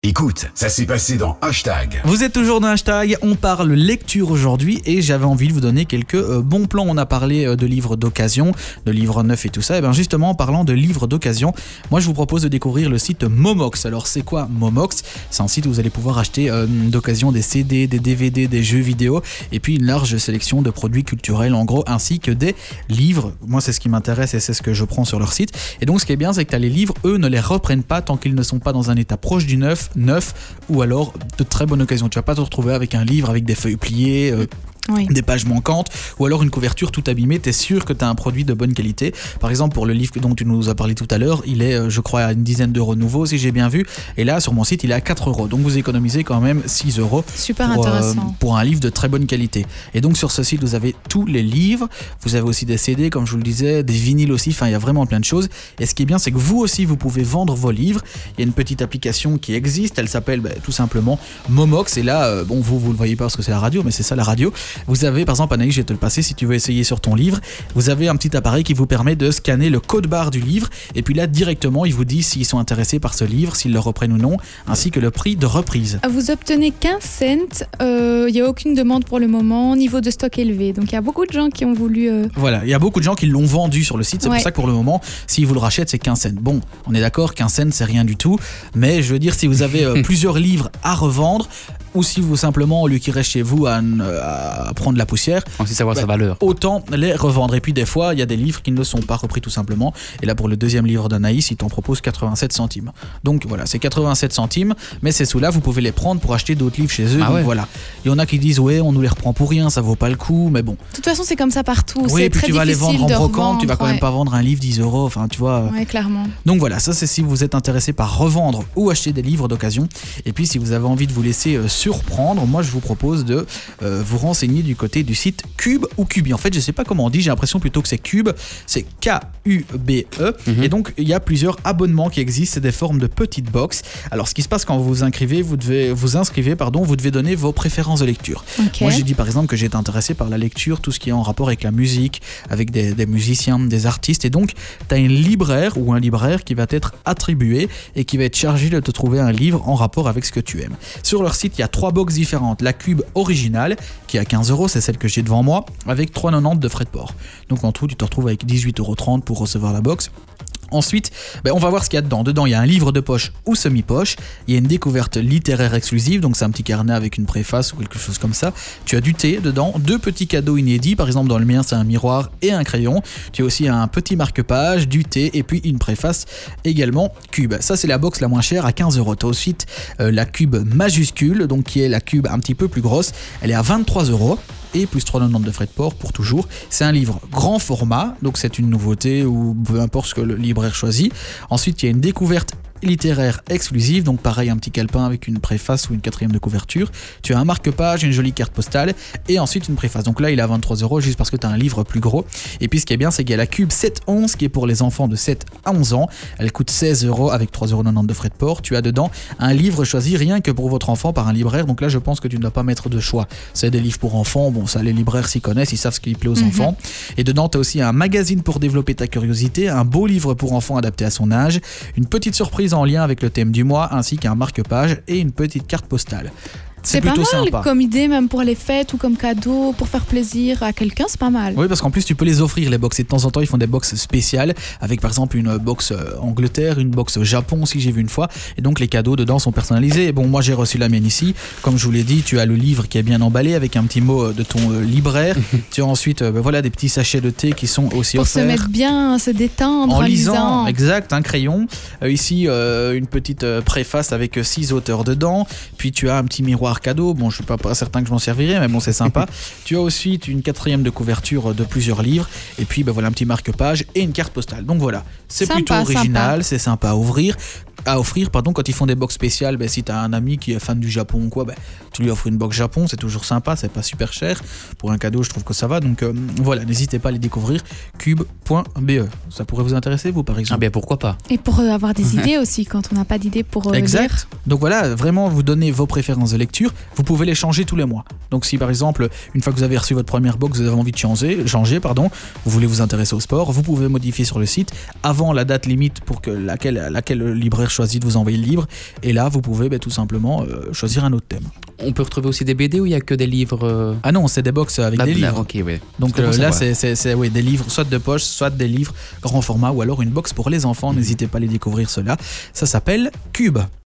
Écoute, ça s'est passé dans Hashtag. Vous êtes toujours dans Hashtag, on parle lecture aujourd'hui et j'avais envie de vous donner quelques bons plans. On a parlé de livres d'occasion, de livres neufs et tout ça. Et bien justement, en parlant de livres d'occasion, moi je vous propose de découvrir le site Momox. Alors c'est quoi Momox ? C'est un site où vous allez pouvoir acheter d'occasion des CD, des DVD, des jeux vidéo et puis une large sélection de produits culturels en gros, ainsi que des livres. Moi c'est ce qui m'intéresse et c'est ce que je prends sur leur site. Et donc ce qui est bien, c'est que les livres, eux, ne les reprennent pas tant qu'ils ne sont pas dans un état proche du neuf ou alors de très bonne occasion. Tu vas pas te retrouver avec un livre avec des feuilles pliées, des pages manquantes ou alors une couverture tout abîmée. T'es sûr que t'as un produit de bonne qualité. Par exemple, pour le livre dont tu nous as parlé tout à l'heure, il est je crois à une dizaine d'euros nouveau si j'ai bien vu, et là sur mon site il est à 4 euros, donc vous économisez quand même 6 euros pour un livre de très bonne qualité. Et donc sur ce site vous avez tous les livres, vous avez aussi des CD comme je vous le disais, des vinyles aussi, enfin il y a vraiment plein de choses. Et ce qui est bien, c'est que vous aussi vous pouvez vendre vos livres. Il y a une petite application qui existe, elle s'appelle tout simplement Momox, et là vous le voyez pas parce que c'est la radio, mais c'est ça la radio. Vous avez par exemple, Anaïs, je vais te le passer si tu veux essayer sur ton livre, vous avez un petit appareil qui vous permet de scanner le code barre du livre et puis là directement il vous dit s'ils sont intéressés par ce livre, s'ils le reprennent ou non, ainsi que le prix de reprise. Vous obtenez 15 cents, il n'y a aucune demande pour le moment, niveau de stock élevé, donc il y a beaucoup de gens qui ont voulu... Voilà, il y a beaucoup de gens qui l'ont vendu sur le site, c'est pour ça que pour le moment, s'ils vous le rachètent, c'est 15 cents. Bon, on est d'accord, 15 cents c'est rien du tout, mais je veux dire, si vous avez plusieurs livres à revendre, ou si vous simplement, au lieu qu'il reste chez vous à prendre la poussière, aussi savoir sa valeur, autant les revendre. Et puis des fois il y a des livres qui ne sont pas repris tout simplement, et là pour le deuxième livre d'Anaïs il t'en propose 87 centimes, donc voilà, c'est 87 centimes, mais ces sous-là vous pouvez les prendre pour acheter d'autres livres chez eux. Donc voilà, il y en a qui disent ouais on nous les reprend pour rien, ça vaut pas le coup, mais bon, de toute façon c'est comme ça partout, oui, c'est puis très tu vas les difficile vendre en de brocante, revendre, tu vas quand même pas vendre un livre 10 euros, enfin tu vois. Ouais, clairement. Donc voilà, ça c'est si vous êtes intéressé par revendre ou acheter des livres d'occasion. Et puis si vous avez envie de vous laisser surprendre, moi je vous propose de vous renseigner du côté du site Cube ou Cubi. En fait je sais pas comment on dit, j'ai l'impression plutôt que c'est Cube, c'est K-U-B-E. Et donc il y a plusieurs abonnements qui existent, c'est des formes de petites box. Alors ce qui se passe quand vous vous inscrivez, vous devez donner vos préférences de lecture. Moi j'ai dit par exemple que j'étais intéressé par la lecture, tout ce qui est en rapport avec la musique, avec des musiciens, des artistes, et donc tu as une libraire ou un libraire qui va t'être attribué et qui va être chargé de te trouver un livre en rapport avec ce que tu aimes. Sur leur site il y a 3 box différentes, la Cube originale qui est à 15 euros, c'est celle que j'ai devant moi, avec 3,90 de frais de port. Donc en tout tu te retrouves avec 18,30 € pour recevoir la box. Ensuite, on va voir ce qu'il y a dedans. Dedans, il y a un livre de poche ou semi-poche. Il y a une découverte littéraire exclusive, donc c'est un petit carnet avec une préface ou quelque chose comme ça. Tu as du thé dedans, 2 petits cadeaux inédits. Par exemple, dans le mien, c'est un miroir et un crayon. Tu as aussi un petit marque-page, du thé et puis une préface également Cube. Ça, c'est la box la moins chère à 15 euros. Tu as ensuite la Cube majuscule, donc qui est la Cube un petit peu plus grosse. Elle est à 23 euros. Et plus 3,90 de frais de port pour toujours. C'est un livre grand format, donc c'est une nouveauté ou peu importe ce que le libraire choisit. Ensuite, il y a une découverte littéraire exclusive, donc pareil, un petit calepin avec une préface ou une 4e de couverture. Tu as un marque-page, une jolie carte postale et ensuite une préface. Donc là il est à 23 € juste parce que tu as un livre plus gros. Et puis ce qui est bien, c'est qu'il y a la Cube 7-11 qui est pour les enfants de 7 à 11 ans. Elle coûte 16 € avec 3,90 € de frais de port. Tu as dedans un livre choisi rien que pour votre enfant par un libraire. Donc là je pense que tu ne dois pas mettre de choix. C'est des livres pour enfants, bon ça les libraires s'y connaissent, ils savent ce qui plaît aux enfants. Et dedans tu as aussi un magazine pour développer ta curiosité, un beau livre pour enfants adapté à son âge, une petite surprise en lien avec le thème du mois, ainsi qu'un marque-page et une petite carte postale. C'est pas plutôt mal sympa. Comme idée, même pour les fêtes ou comme cadeau, pour faire plaisir à quelqu'un, c'est pas mal. Oui, parce qu'en plus tu peux les offrir les box, et de temps en temps ils font des box spéciales avec par exemple une box Angleterre, une box Japon aussi, j'ai vu une fois, et donc les cadeaux dedans sont personnalisés. Et bon, moi j'ai reçu la mienne ici, comme je vous l'ai dit, tu as le livre qui est bien emballé avec un petit mot de ton libraire. Tu as ensuite voilà, des petits sachets de thé qui sont aussi pour offerts. Pour se mettre bien, se détendre en lisant. Exact, un crayon. Ici une petite préface avec 6 auteurs dedans. Puis tu as un petit miroir cadeau. Bon, je suis pas certain que je m'en servirai, mais bon, c'est sympa. Tu as aussi une 4e de couverture de plusieurs livres. Et puis voilà, un petit marque-page et une carte postale. Donc voilà, c'est sympa, plutôt original, c'est sympa à offrir quand ils font des box spéciales. Si tu as un ami qui est fan du Japon ou quoi, tu lui offres une box Japon, c'est toujours sympa, c'est pas super cher. Pour un cadeau, je trouve que ça va. Donc voilà, n'hésitez pas à les découvrir. Cube.be. Ça pourrait vous intéresser, vous, par exemple? Ah bien, pourquoi pas. Et pour avoir des idées aussi, quand on n'a pas d'idées pour exact. lire. Donc voilà, vraiment, vous donnez vos préférences de lecture. sûr, vous pouvez les changer tous les mois. Donc si par exemple, une fois que vous avez reçu votre première box, vous avez envie de changer, vous voulez vous intéresser au sport, vous pouvez modifier sur le site avant la date limite pour que laquelle le libraire choisit de vous envoyer le livre. Et là, vous pouvez tout simplement choisir un autre thème. On peut retrouver aussi des BD où il n'y a que des livres Ah non, c'est des box avec des livres. Ok, ouais. Donc là, c'est des livres, soit de poche, soit des livres grand format, ou alors une box pour les enfants. N'hésitez pas à les découvrir, cela. Ça s'appelle Cube.